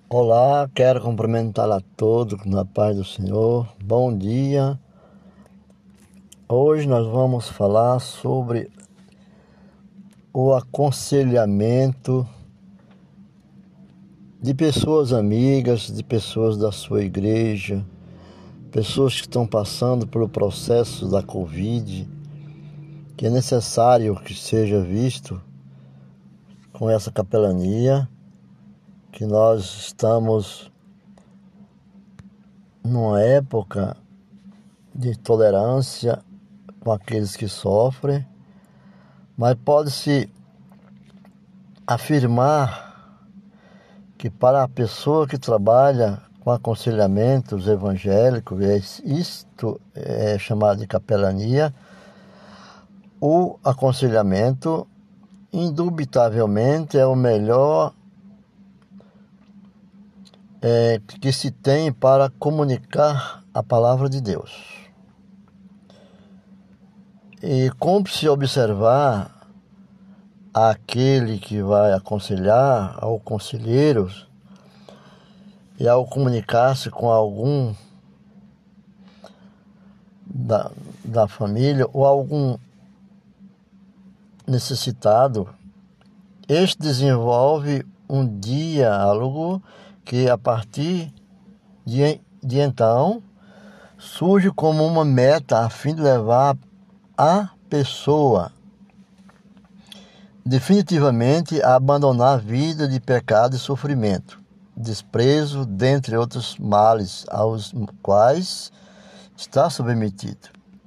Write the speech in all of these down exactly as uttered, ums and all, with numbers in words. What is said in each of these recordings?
Olá, quero cumprimentar a todos na paz do Senhor. Bom dia. Hoje nós vamos falar sobre o aconselhamento de pessoas amigas, de pessoas da sua igreja, pessoas que estão passando pelo processo da Covid, que é necessário que seja visto com essa capelania, que nós estamos numa época de tolerância com aqueles que sofrem, mas pode-se afirmar que para a pessoa que trabalha com aconselhamentos evangélicos, isto é chamado de capelania, o aconselhamento indubitavelmente é o melhor é, que se tem para comunicar a palavra de Deus. E cumpre-se observar aquele que vai aconselhar, ao conselheiro, e ao comunicar-se com algum da, da família ou algum necessitado, este desenvolve um diálogo que a partir de, de então surge como uma meta a fim de levar a pessoa definitivamente a abandonar a vida de pecado e sofrimento, desprezo, dentre outros males aos quais está submetido.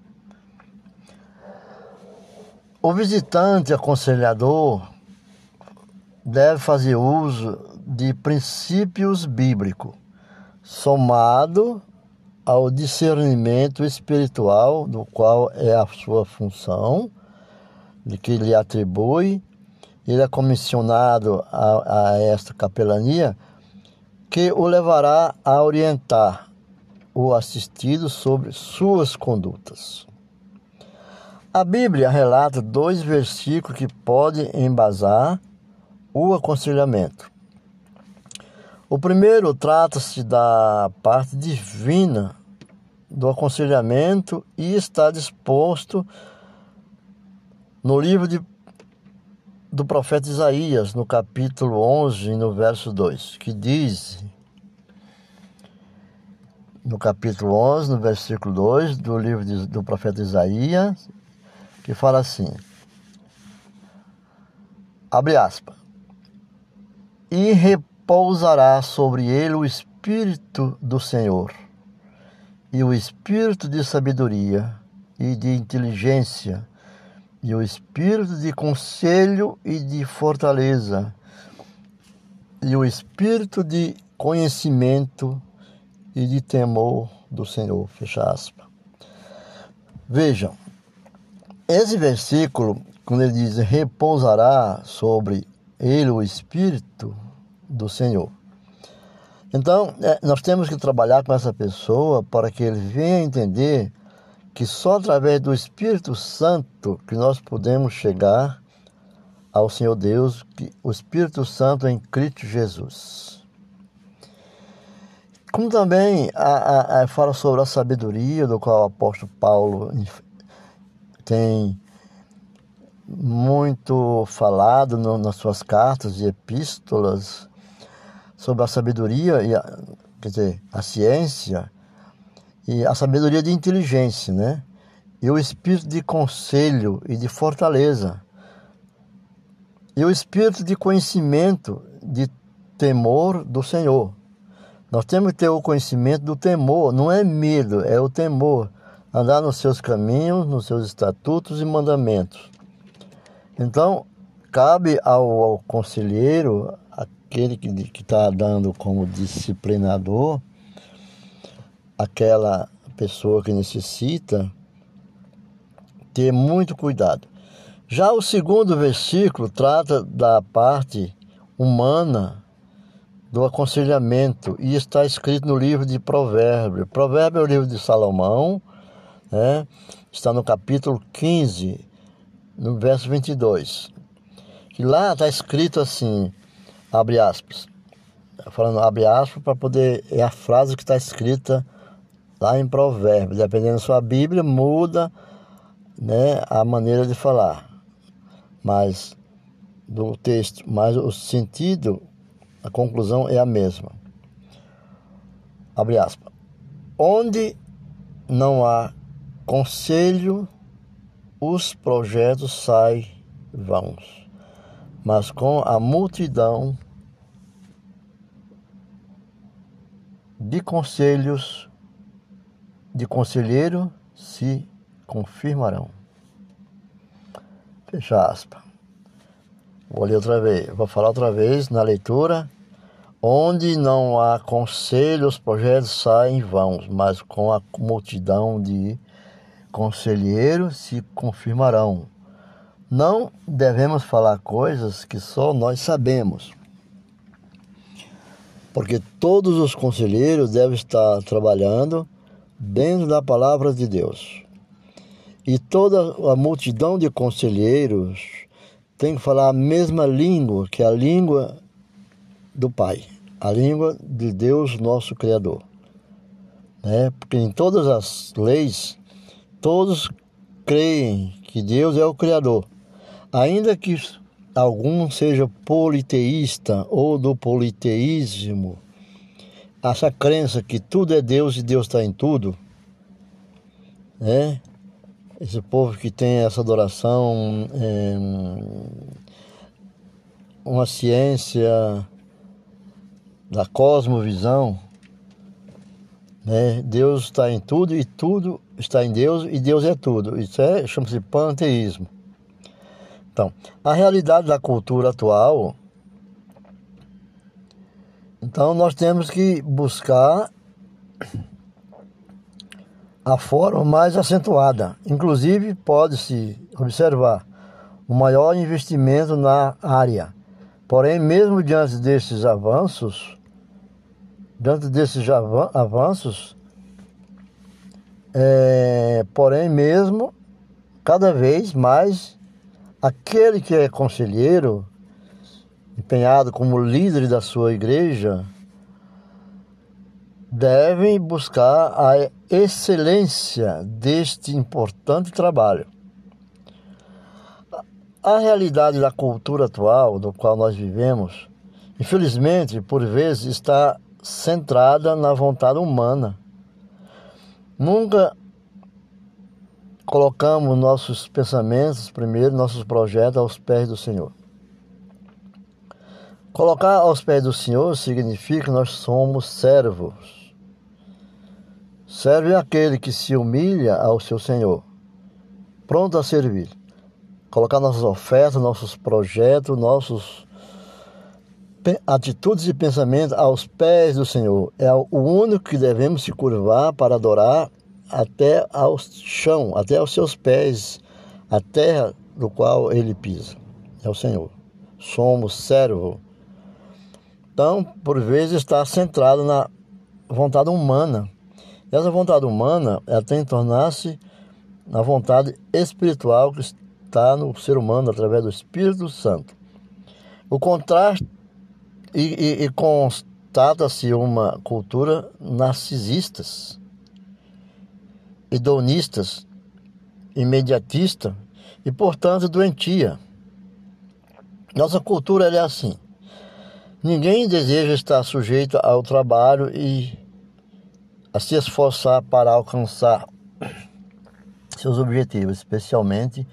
O visitante aconselhador deve fazer uso de princípios bíblicos, somado ao discernimento espiritual, do qual é a sua função, de que lhe atribui. Ele é comissionado a, a esta capelania, que o levará a orientar o assistido sobre suas condutas. A Bíblia relata dois versículos que podem embasar o aconselhamento. O primeiro trata-se da parte divina do aconselhamento e está disposto no livro de, do profeta Isaías, no capítulo onze, no verso dois, que diz, no capítulo onze, no versículo dois, do livro de, do profeta Isaías, que fala assim, abre aspas, e repousará sobre ele o Espírito do Senhor, e o Espírito de sabedoria e de inteligência, e o Espírito de conselho e de fortaleza, e o Espírito de conhecimento e de temor do Senhor. Fecha aspas. Vejam, esse versículo, quando ele diz repousará sobre ele o Espírito do Senhor. Então, nós temos que trabalhar com essa pessoa para que ele venha entender que só através do Espírito Santo que nós podemos chegar ao Senhor Deus, que o Espírito Santo é em Cristo Jesus. Como também a, a, a fala sobre a sabedoria, do qual o apóstolo Paulo tem muito falado no, nas suas cartas e epístolas, sobre a sabedoria, e a, quer dizer, a ciência, e a sabedoria de inteligência, né? E o espírito de conselho e de fortaleza. E o espírito de conhecimento, de temor do Senhor. Nós temos que ter o conhecimento do temor, não é medo, é o temor. Andar nos seus caminhos, nos seus estatutos e mandamentos. Então, cabe ao, ao conselheiro, aquele que está dando como disciplinador, aquela pessoa que necessita, ter muito cuidado. Já o segundo versículo trata da parte humana do aconselhamento e está escrito no livro de Provérbios. Provérbios é o livro de Salomão, né? Está no capítulo quinze, no verso vinte e dois. E lá está escrito assim, abre aspas, falando abre aspas, para poder, é a frase que está escrita lá em Provérbios. Dependendo da sua Bíblia, muda, né, a maneira de falar, mas do texto, mas o sentido, a conclusão é a mesma. Abre aspas. Onde não há conselho, os projetos saem vãos, mas com a multidão de conselhos, de conselheiro se confirmarão. Fecha aspas. Vou ler outra vez, vou falar outra vez na leitura. Onde não há conselho, os projetos saem vãos, mas com a multidão de conselheiros se confirmarão. Não devemos falar coisas que só nós sabemos, porque todos os conselheiros devem estar trabalhando dentro da palavra de Deus. E toda a multidão de conselheiros tem que falar a mesma língua, que é a língua do Pai, a língua de Deus, nosso Criador, né? Porque em todas as leis, todos creem que Deus é o Criador, ainda que algum seja politeísta ou do politeísmo, essa crença que tudo é Deus e Deus está em tudo, né? Esse povo que tem essa adoração, é, uma ciência da cosmovisão, né? Deus está em tudo e tudo está em Deus e Deus é tudo. Isso é, chama-se panteísmo. Então, a realidade da cultura atual, então nós temos que buscar a forma mais acentuada. Inclusive, pode-se observar o maior investimento na área. Porém, mesmo diante desses avanços, diante desses avanços, é, porém mesmo, cada vez mais, aquele que é conselheiro, empenhado como líder da sua igreja, devem buscar a excelência deste importante trabalho. A realidade da cultura atual, do qual nós vivemos, infelizmente, por vezes, está centrada na vontade humana. Nunca colocamos nossos pensamentos, primeiro, nossos projetos aos pés do Senhor. Colocar aos pés do Senhor significa que nós somos servos. Servo é aquele que se humilha ao seu Senhor, pronto a servir. Colocar nossas ofertas, nossos projetos, nossas atitudes e pensamentos aos pés do Senhor. É o único que devemos se curvar para adorar até ao chão, até aos seus pés, a terra do qual ele pisa. É o Senhor. Somos servo. Então, por vezes, está centrado na vontade humana. E essa vontade humana, ela tem que tornar-se na vontade espiritual que está no ser humano através do Espírito Santo. O contraste e, e, e constata-se uma cultura narcisistas, hedonistas, imediatista e, portanto, doentia. Nossa cultura ela é assim. Ninguém deseja estar sujeito ao trabalho e a se esforçar para alcançar seus objetivos, especialmente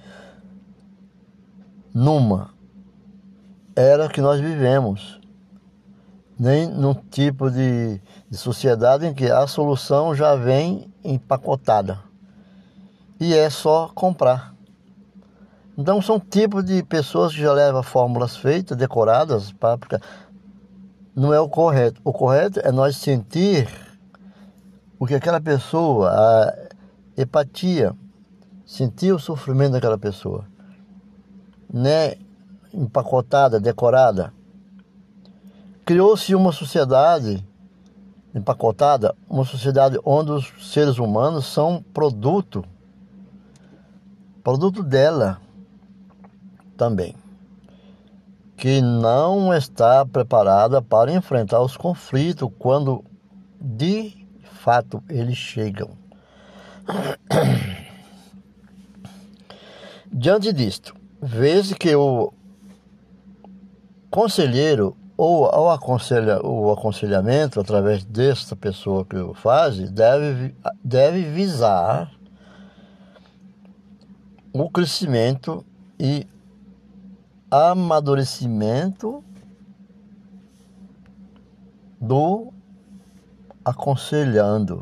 numa era que nós vivemos, nem num tipo de, de sociedade em que a solução já vem empacotada e é só comprar. Então são tipos de pessoas que já levam fórmulas feitas, decoradas, porque não é o correto. O correto é nós sentir o que aquela pessoa, a empatia, sentir o sofrimento daquela pessoa, né? Empacotada, decorada. Criou-se uma sociedade empacotada, uma sociedade onde os seres humanos são produto, produto dela também. que não está preparada para enfrentar os conflitos quando de fato eles chegam. Diante disto, vê-se que o conselheiro ou o, aconselha, o aconselhamento através desta pessoa que o faz deve, deve visar o crescimento e amadurecimento do aconselhando.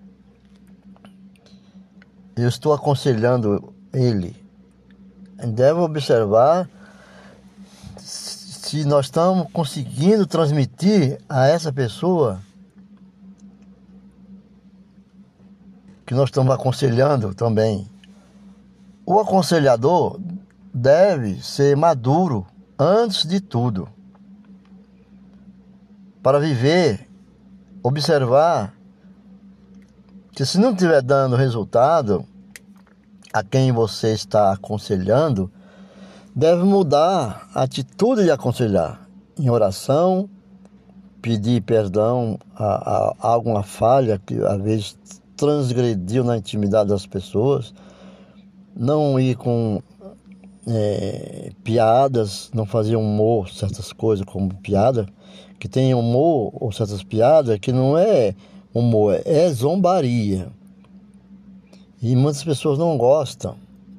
Eu estou aconselhando ele. Deve observar se nós estamos conseguindo transmitir a essa pessoa que nós estamos aconselhando também. O aconselhador deve ser maduro antes de tudo, para viver, observar que se não estiver dando resultado a quem você está aconselhando, deve mudar a atitude de aconselhar em oração, pedir perdão a, a, a alguma falha que às vezes transgrediu na intimidade das pessoas, não ir com é, piadas, não fazer humor, certas coisas como piada, que tem humor ou certas piadas que não é humor, é zombaria. E muitas pessoas não gostam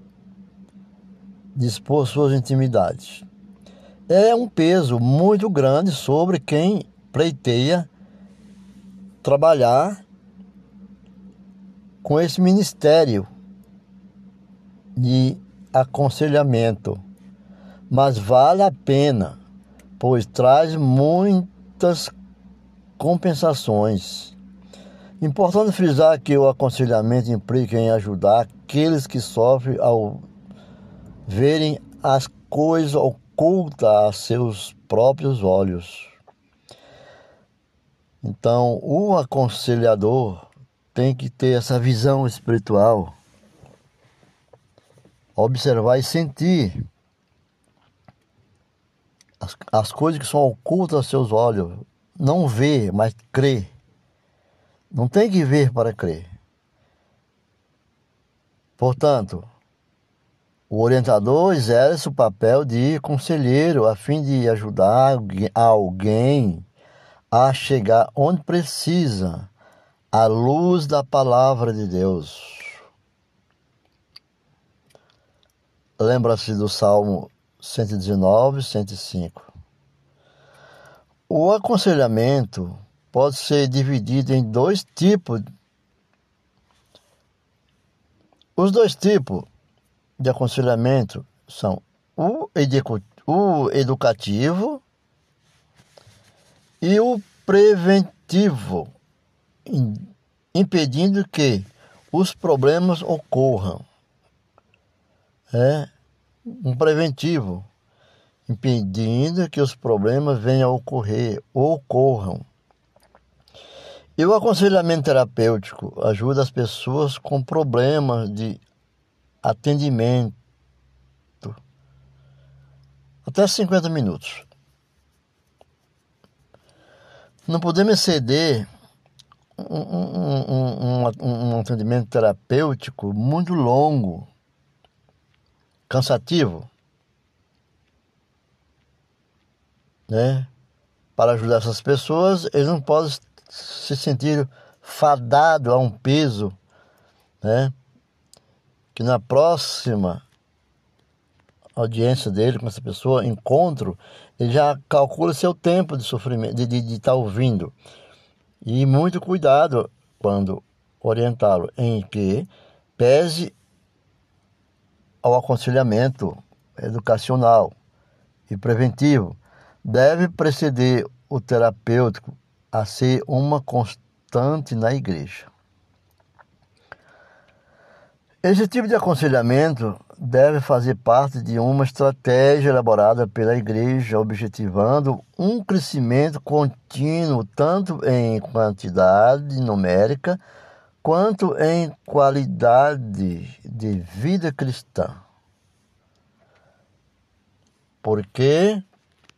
de expor suas intimidades. É um peso muito grande sobre quem pleiteia trabalhar com esse ministério de aconselhamento. Mas vale a pena, pois traz muitas compensações. Importante frisar que o aconselhamento implica em ajudar aqueles que sofrem ao verem as coisas ocultas a seus próprios olhos. Então, o aconselhador tem que ter essa visão espiritual, observar e sentir as, as coisas que são ocultas a seus olhos. Não ver, mas crer. Não tem que ver para crer. Portanto, o orientador exerce o papel de conselheiro a fim de ajudar alguém a chegar onde precisa, à luz da palavra de Deus. Lembra-se do Salmo cento e dezenove, cento e cinco. O aconselhamento pode ser dividido em dois tipos. Os dois tipos de aconselhamento são o, edu- o educativo e o preventivo, impedindo que os problemas ocorram. É um preventivo, impedindo que os problemas venham a ocorrer ou ocorram. E o aconselhamento terapêutico ajuda as pessoas com problemas de atendimento até cinquenta minutos. Não podemos exceder um, um, um, um, um atendimento terapêutico muito longo, cansativo, né? Para ajudar essas pessoas, eles não podem se sentir fadados a um peso, né? Que na próxima audiência dele com essa pessoa, encontro, ele já calcula seu tempo de sofrimento, de estar de, de tá ouvindo. E muito cuidado quando orientá-lo em que pese ao aconselhamento educacional e preventivo, deve preceder o terapêutico a ser uma constante na igreja. Esse tipo de aconselhamento deve fazer parte de uma estratégia elaborada pela igreja, objetivando um crescimento contínuo, tanto em quantidade numérica, quanto em qualidade de vida cristã. Porque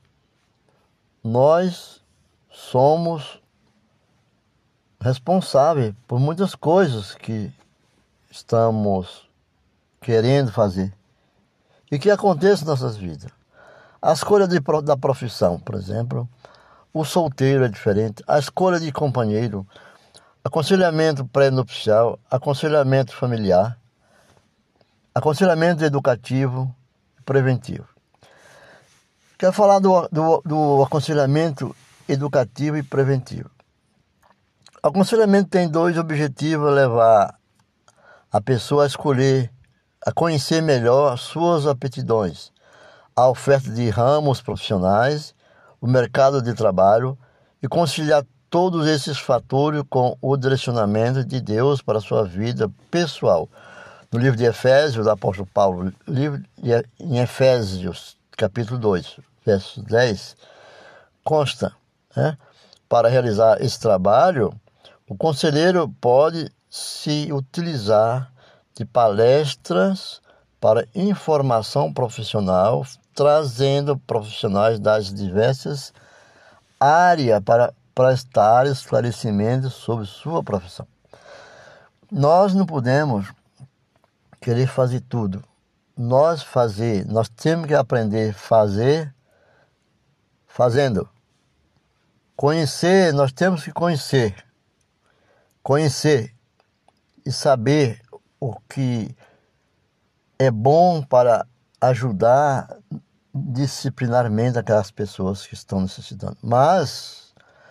nós somos responsáveis por muitas coisas que estamos querendo fazer e que acontecem em nossas vidas. A escolha de, da profissão, por exemplo, o solteiro é diferente, a escolha de companheiro, aconselhamento pré-nupcial, aconselhamento familiar, aconselhamento educativo e preventivo. Quero falar do, do, do aconselhamento educativo e preventivo. O aconselhamento tem dois objetivos: levar a pessoa a escolher, a conhecer melhor suas aptidões, a oferta de ramos profissionais, o mercado de trabalho e conciliar todos esses fatores com o direcionamento de Deus para a sua vida pessoal. No livro de Efésios, do apóstolo Paulo, livro de, em Efésios, capítulo dois, verso dez, consta, né, para realizar esse trabalho, o conselheiro pode se utilizar de palestras para informação profissional, trazendo profissionais das diversas áreas para prestar esclarecimentos sobre sua profissão. Nós não podemos querer fazer tudo. Nós fazer, nós temos que aprender a fazer fazendo. Conhecer, nós temos que conhecer. Conhecer e saber o que é bom para ajudar disciplinarmente aquelas pessoas que estão necessitando. Mas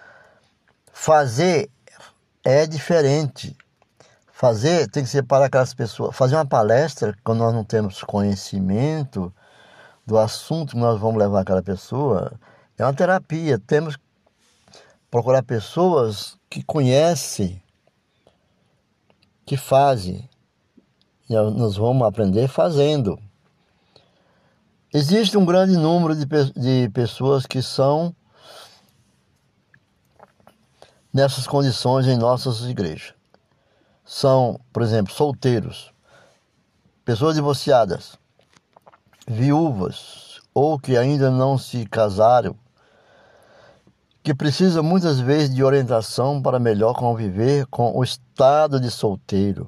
fazer é diferente. Fazer tem que ser para aquelas pessoas. Fazer uma palestra, quando nós não temos conhecimento do assunto que nós vamos levar aquela pessoa, é uma terapia. Temos que procurar pessoas que conhecem, que fazem. E nós vamos aprender fazendo. Existe um grande número de, de pessoas que são nessas condições em nossas igrejas. São, por exemplo, solteiros, pessoas divorciadas, viúvas ou que ainda não se casaram, que precisam muitas vezes de orientação para melhor conviver com o estado de solteiro.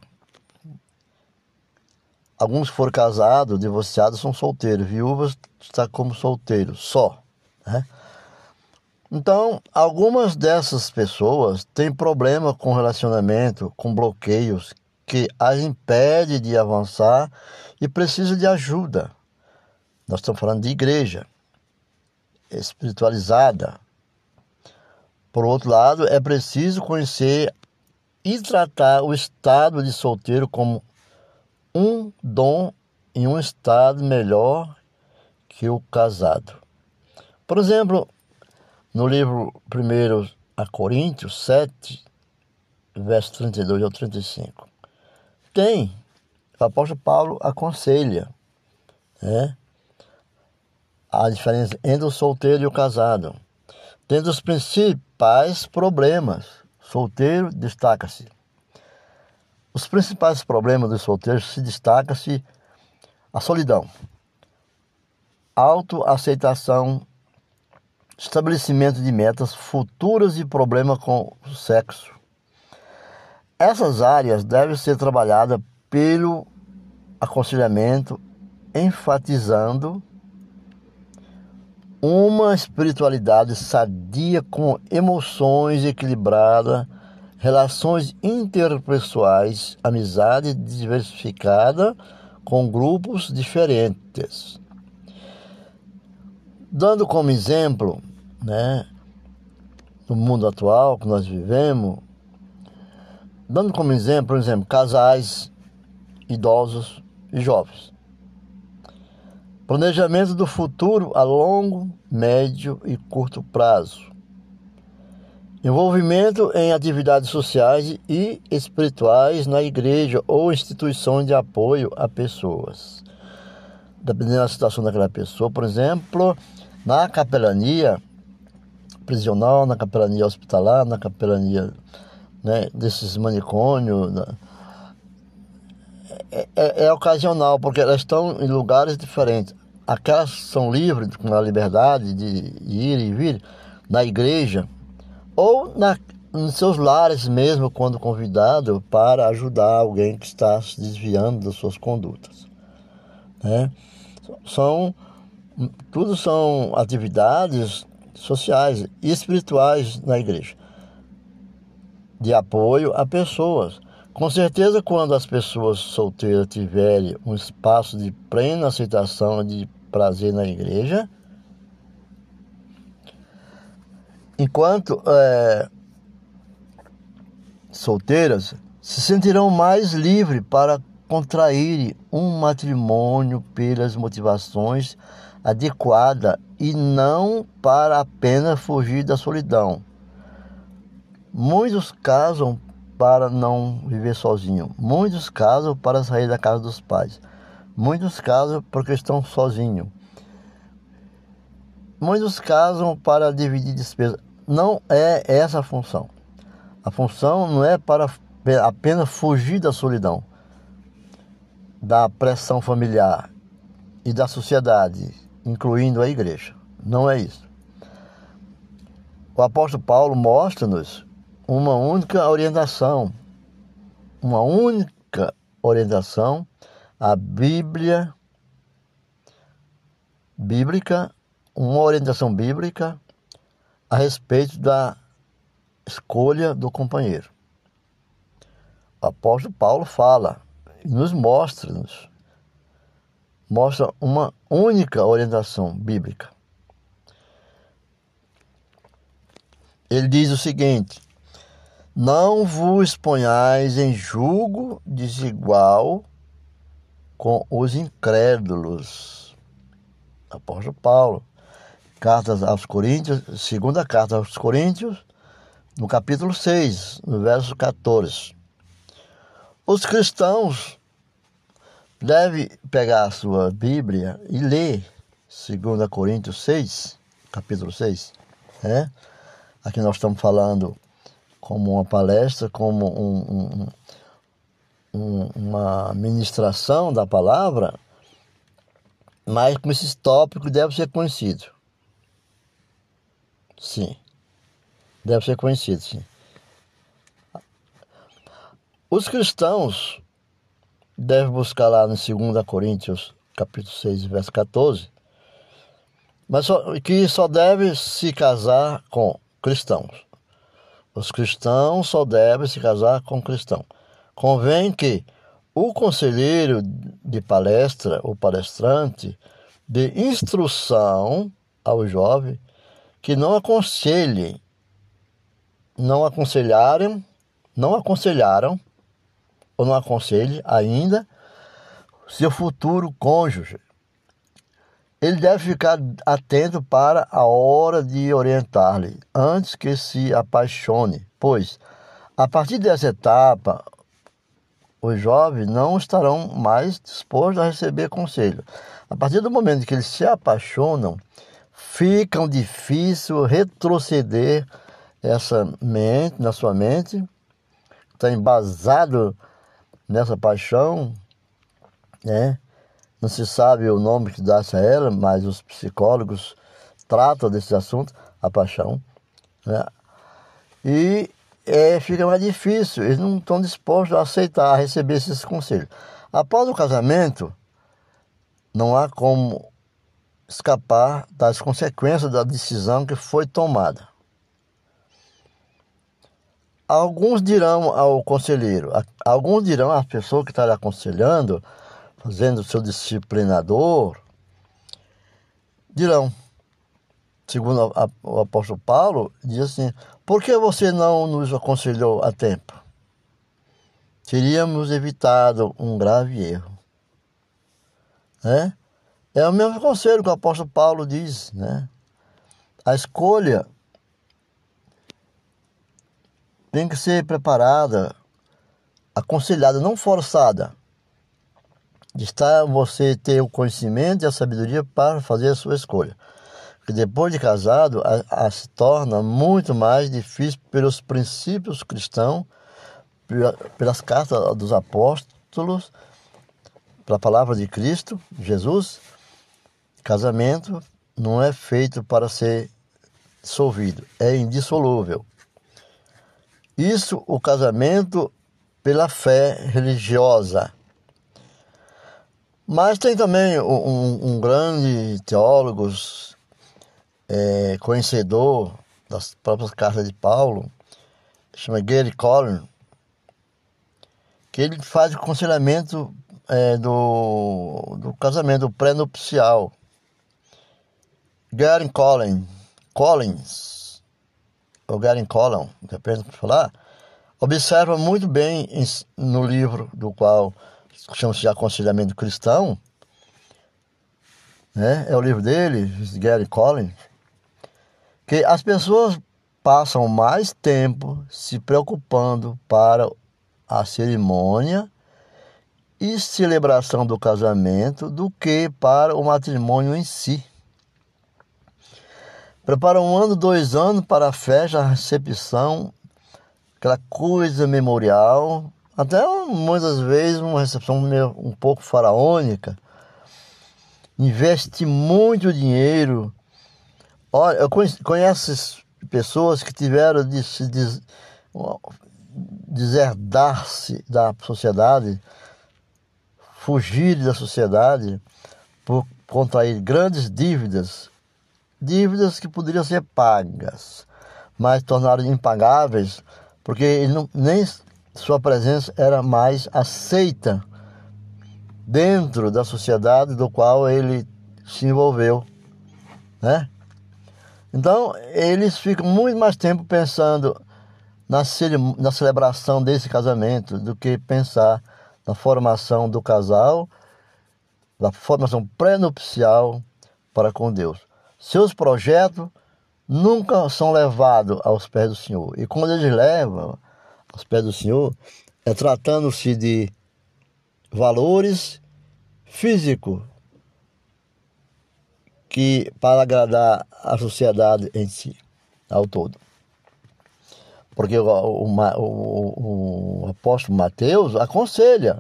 Alguns foram casados, divorciados, são solteiros, viúvas estão como solteiros, só, né? Então, algumas dessas pessoas têm problema com relacionamento, com bloqueios que as impedem de avançar e precisam de ajuda. Nós estamos falando de igreja espiritualizada. Por outro lado, é preciso conhecer e tratar o estado de solteiro como um dom em um estado melhor que o casado. Por exemplo, no livro primeiro a Coríntios sete, verso trinta e dois ao trinta e cinco, tem, o apóstolo Paulo aconselha, né, a diferença entre o solteiro e o casado. Tendo os principais problemas, solteiro destaca-se. Os principais problemas dos solteiros se destaca-se a solidão, autoaceitação, estabelecimento de metas futuras e problema com o sexo. Essas áreas devem ser trabalhadas pelo aconselhamento, enfatizando uma espiritualidade sadia com emoções equilibradas, relações interpessoais, amizade diversificada com grupos diferentes. Dando como exemplo, né, no mundo atual que nós vivemos, dando como exemplo, por exemplo, casais idosos e jovens. Planejamento do futuro a longo, médio e curto prazo. Envolvimento em atividades sociais e espirituais na igreja ou instituições de apoio a pessoas. Dependendo da situação daquela pessoa, por exemplo, na capelania prisional, na capelania hospitalar, na capelania, né, desses manicômios, né, é, é, é ocasional, porque elas estão em lugares diferentes. Aquelas são livres, com a liberdade de ir e vir, na igreja ou na, nos seus lares mesmo, quando convidado para ajudar alguém que está se desviando das suas condutas, né? São, tudo são atividades sociais e espirituais na igreja, de apoio a pessoas. Com certeza, quando as pessoas solteiras tiverem um espaço de plena aceitação e de prazer na igreja, enquanto é, solteiras, se sentirão mais livres para contrair um matrimônio pelas motivações adequadas e não para apenas fugir da solidão. Muitos casam para não viver sozinho, muitos casam para sair da casa dos pais, muitos casam porque estão sozinhos, muitos casam para dividir despesas. Não é essa a função. A função não é para apenas fugir da solidão, da pressão familiar e da sociedade, incluindo a igreja. Não é isso. O apóstolo Paulo mostra-nos uma única orientação, uma única orientação, a Bíblia, bíblica, uma orientação bíblica a respeito da escolha do companheiro. O apóstolo Paulo fala e nos mostra, nos mostra uma única orientação bíblica. Ele diz o seguinte: não vos ponhais em julgo desigual com os incrédulos. Apóstolo Paulo, cartas aos Coríntios, segunda carta aos Coríntios, no capítulo seis, no verso quatorze. Os cristãos devem pegar a sua Bíblia e ler segunda Coríntios seis, capítulo seis, né? Aqui nós estamos falando como uma palestra, como um, um, um, uma ministração da palavra, mas com esses tópicos deve ser conhecido. Sim, deve ser conhecido, sim. Os cristãos devem buscar lá no segunda Coríntios, capítulo seis, verso quatorze, mas só, que só deve se casar com cristãos. Os cristãos só devem se casar com cristãos. Convém que o conselheiro de palestra, ou palestrante, dê instrução ao jovem que não aconselhem, não aconselharam, não aconselharam, ou não aconselhe ainda seu futuro cônjuge. Ele deve ficar atento para a hora de orientar-lhe, antes que se apaixone, pois, a partir dessa etapa, os jovens não estarão mais dispostos a receber conselho. A partir do momento que eles se apaixonam, fica difícil retroceder essa mente, na sua mente, está embasado nessa paixão, né? Não se sabe o nome que dá-se a ela, mas os psicólogos tratam desse assunto, a paixão, né? E é, fica mais difícil, eles não estão dispostos a aceitar, a receber esses conselhos. Após o casamento, não há como escapar das consequências da decisão que foi tomada. Alguns dirão ao conselheiro, alguns dirão às pessoas que estão lhe aconselhando, fazendo o seu disciplinador, dirão, segundo a, a, o apóstolo Paulo, diz assim: por que você não nos aconselhou a tempo? Teríamos evitado um grave erro. Né? É o mesmo conselho que o apóstolo Paulo diz, né? A escolha tem que ser preparada, aconselhada, não forçada. Está você ter o conhecimento e a sabedoria para fazer a sua escolha. Porque depois de casado, a, a se torna muito mais difícil pelos princípios cristãos, pela, pelas cartas dos apóstolos, pela palavra de Cristo, Jesus. Casamento não é feito para ser dissolvido, é indissolúvel. Isso, o casamento pela fé religiosa. Mas tem também um, um grande teólogo, é, conhecedor das próprias cartas de Paulo, chama Gary Collins, que ele faz o aconselhamento é, do, do casamento pré-nupcial. Gary Collins, Collins, ou Gary Collins, depende do que falar, observa muito bem em, no livro do qual chama-se de Aconselhamento Cristão, né? É o livro dele, Gary Collins, que as pessoas passam mais tempo se preocupando para a cerimônia e celebração do casamento do que para o matrimônio em si. Prepara um ano, dois anos para a festa, a recepção, aquela coisa memorial, até muitas vezes uma recepção um pouco faraônica. Investe muito dinheiro. Olha, eu conheço pessoas que tiveram de se des, deserdar-se da sociedade, fugir da sociedade por contrair grandes dívidas, dívidas que poderiam ser pagas, mas tornaram impagáveis porque ele não, nem sua presença era mais aceita dentro da sociedade do qual ele se envolveu, né? Então, eles ficam muito mais tempo pensando na, na celebração desse casamento do que pensar na formação do casal, da formação pré-nupcial para com Deus. Seus projetos nunca são levados aos pés do Senhor. E quando eles levam aos pés do Senhor, é tratando-se de valores físicos que para agradar a sociedade em si, ao todo. Porque o, o, o, o apóstolo Mateus aconselha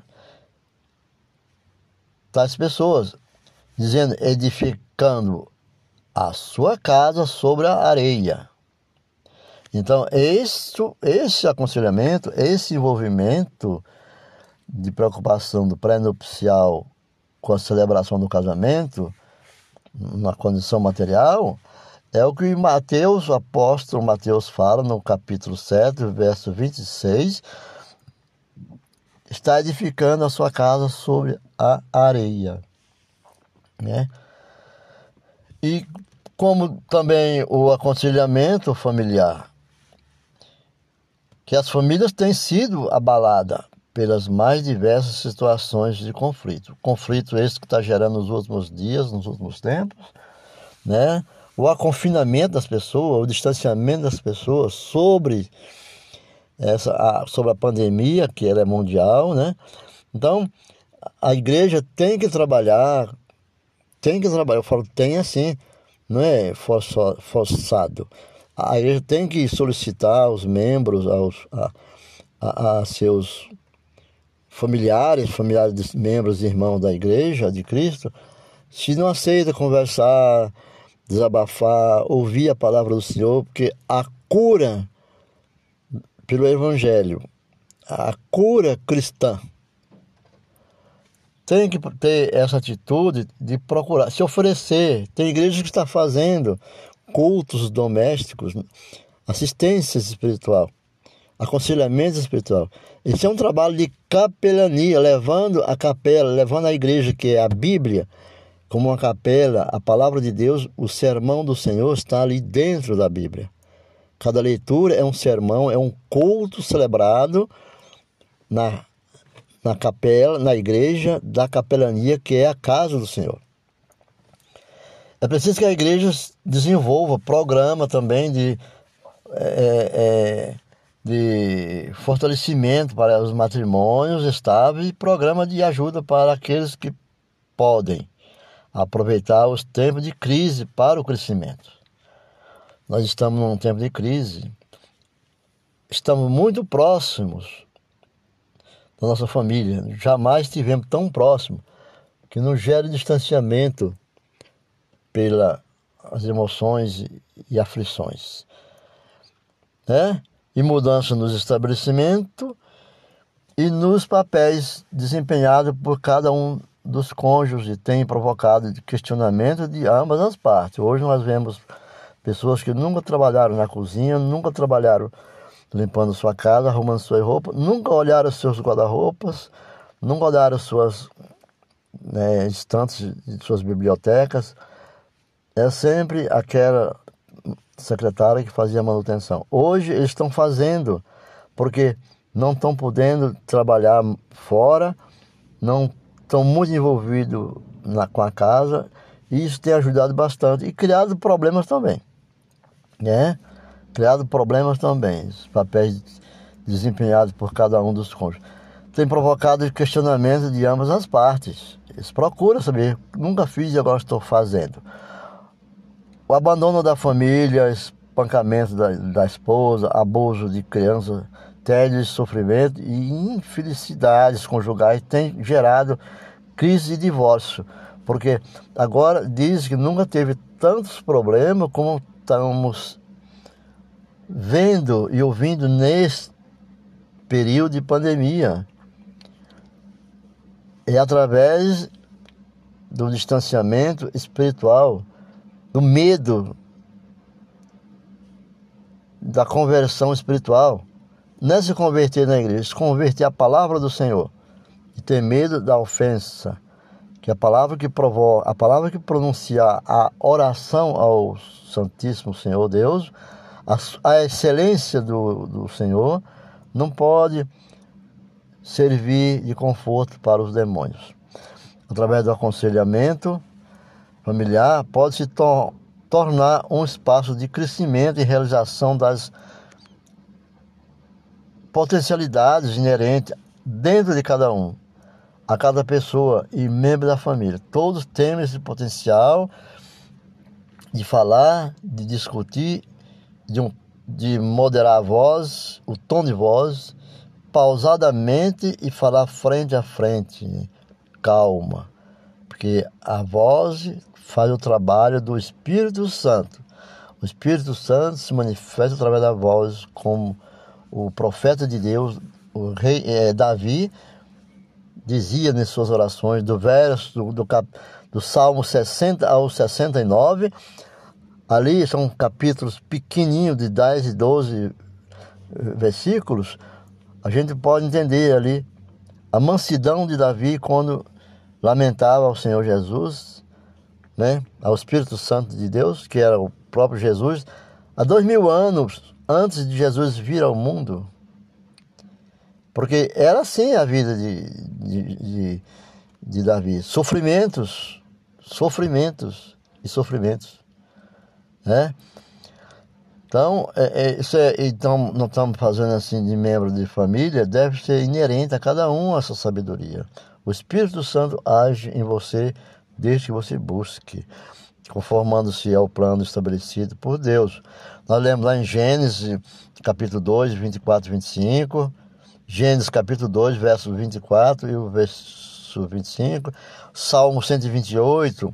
tais pessoas, dizendo, edificando a sua casa sobre a areia. Então, esse, esse aconselhamento, esse envolvimento de preocupação do pré-nupcial com a celebração do casamento, na condição material, é o que Mateus, o apóstolo Mateus fala no capítulo sete, verso vinte e seis, está edificando a sua casa sobre a areia, né? E como também o aconselhamento familiar, que as famílias têm sido abaladas pelas mais diversas situações de conflito. Conflito esse que está gerando nos últimos dias, nos últimos tempos, né? O aconfinamento das pessoas, o distanciamento das pessoas sobre, essa, a, sobre a pandemia, que ela é mundial, né? Então, a igreja tem que trabalhar, tem que trabalhar, eu falo tem assim, não é forçado, forçado. A igreja tem que solicitar aos membros, aos, a, a, a seus familiares, familiares de membros e irmãos da igreja de Cristo, se não aceita conversar, desabafar, ouvir a palavra do Senhor, porque a cura pelo Evangelho, a cura cristã, tem que ter essa atitude de procurar, se oferecer. Tem igrejas que estão fazendo cultos domésticos, assistência espiritual, aconselhamento espiritual. Esse é um trabalho de capelania, levando a capela, levando a igreja, que é a Bíblia, como uma capela, a palavra de Deus, o sermão do Senhor está ali dentro da Bíblia. Cada leitura é um sermão, é um culto celebrado na, na capela, na igreja da capelania, que é a casa do Senhor. É preciso que a igreja desenvolva programa também de, é, é, de fortalecimento para os matrimônios estáveis e programa de ajuda para aqueles que podem aproveitar os tempos de crise para o crescimento. Nós estamos num tempo de crise, estamos muito próximos da nossa família, jamais estivemos tão próximos, que nos gera distanciamento pela as emoções e aflições, né? E mudança nos estabelecimentos e nos papéis desempenhados por cada um dos cônjuges tem provocado questionamento de ambas as partes. Hoje nós vemos pessoas que nunca trabalharam na cozinha, nunca trabalharam limpando sua casa, arrumando suas roupas, nunca olharam seus guarda-roupas, nunca olharam suas, né, estantes de suas bibliotecas. É sempre aquela secretária que fazia manutenção. Hoje eles estão fazendo, porque não estão podendo trabalhar fora, não estão muito envolvidos na, com a casa, e isso tem ajudado bastante e criado problemas também, né? Criado problemas também, os papéis desempenhados por cada um dos cônjuges. Tem provocado questionamentos de ambas as partes. Eles procuram saber, nunca fiz e agora estou fazendo. O abandono da família, espancamento da, da esposa, abuso de crianças, tédio de sofrimento e infelicidades conjugais tem gerado crise de divórcio. Porque agora diz que nunca teve tantos problemas como estamos vendo e ouvindo nesse período de pandemia. É através do distanciamento espiritual, do medo, da conversão espiritual. Não é se converter na igreja, se converter à palavra do Senhor. E ter medo da ofensa. Que a palavra que provoca, a palavra que pronuncia a oração ao Santíssimo Senhor Deus, a, a excelência do, do Senhor, não pode servir de conforto para os demônios. Através do aconselhamento familiar, pode se to- tornar um espaço de crescimento e realização das potencialidades inerentes dentro de cada um, a cada pessoa e membro da família. Todos têm esse potencial de falar, de discutir, de, um, de moderar a voz, o tom de voz, pausadamente e falar frente a frente, calma, porque a voz faz o trabalho do Espírito Santo. O Espírito Santo se manifesta através da voz, como o profeta de Deus, o rei é, Davi, dizia nas suas orações, do verso do, do, cap, do Salmo sessenta ao sessenta e nove, ali são capítulos pequenininhos de dez e doze versículos, a gente pode entender ali a mansidão de Davi quando lamentava ao Senhor Jesus, né, ao Espírito Santo de Deus, que era o próprio Jesus, há dois mil anos antes de Jesus vir ao mundo. Porque era assim a vida de, de, de, de Davi. Sofrimentos, sofrimentos e sofrimentos, né? Então, é, é, isso é, então, não estamos fazendo assim de membro de família, deve ser inerente a cada um essa sabedoria. O Espírito Santo age em você desde que você busque, conformando-se ao plano estabelecido por Deus. Nós lemos lá em Gênesis, capítulo dois, vinte e quatro e vinte e cinco, Gênesis capítulo dois, verso vinte e quatro e o verso vinte e cinco, Salmo cento e vinte e oito,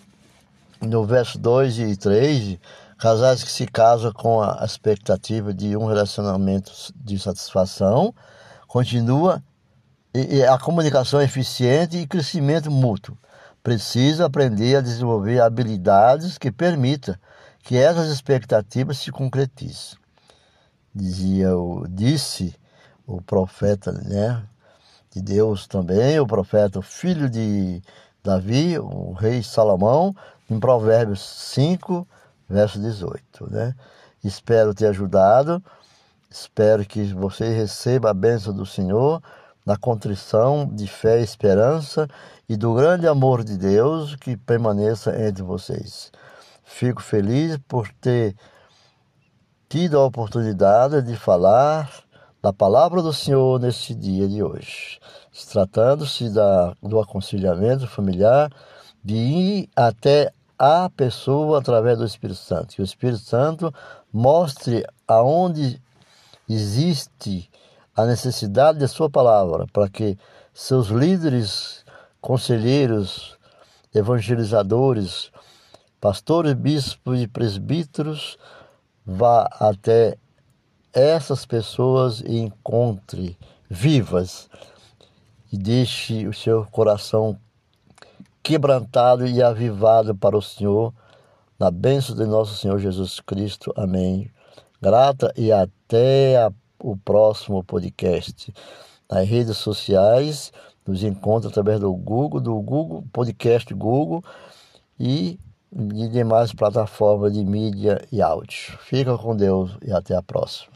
no verso dois e três, casais que se casam com a expectativa de um relacionamento de satisfação, continua, e, e a comunicação é eficiente e crescimento mútuo. Precisa aprender a desenvolver habilidades que permitam que essas expectativas se concretizem. Dizia o, disse o profeta, né, de Deus também, o profeta, o filho de Davi, o rei Salomão, em Provérbios cinco, verso dezoito, né? Espero ter ajudado, espero que você receba a bênção do Senhor, na contrição de fé e esperança e do grande amor de Deus que permaneça entre vocês. Fico feliz por ter tido a oportunidade de falar da palavra do Senhor nesse dia de hoje, tratando-se da, do aconselhamento familiar, de ir até a pessoa através do Espírito Santo. Que o Espírito Santo mostre aonde existe a necessidade da sua palavra, para que seus líderes, conselheiros, evangelizadores, pastores, bispos e presbíteros, vá até essas pessoas e encontre vivas e deixe o seu coração quebrantado e avivado para o Senhor, na bênção de nosso Senhor Jesus Cristo. Amém. Grata e até a, o próximo podcast. Nas redes sociais, nos encontra através do Google, do Google, podcast Google e de demais plataformas de mídia e áudio. Fica com Deus e até a próxima.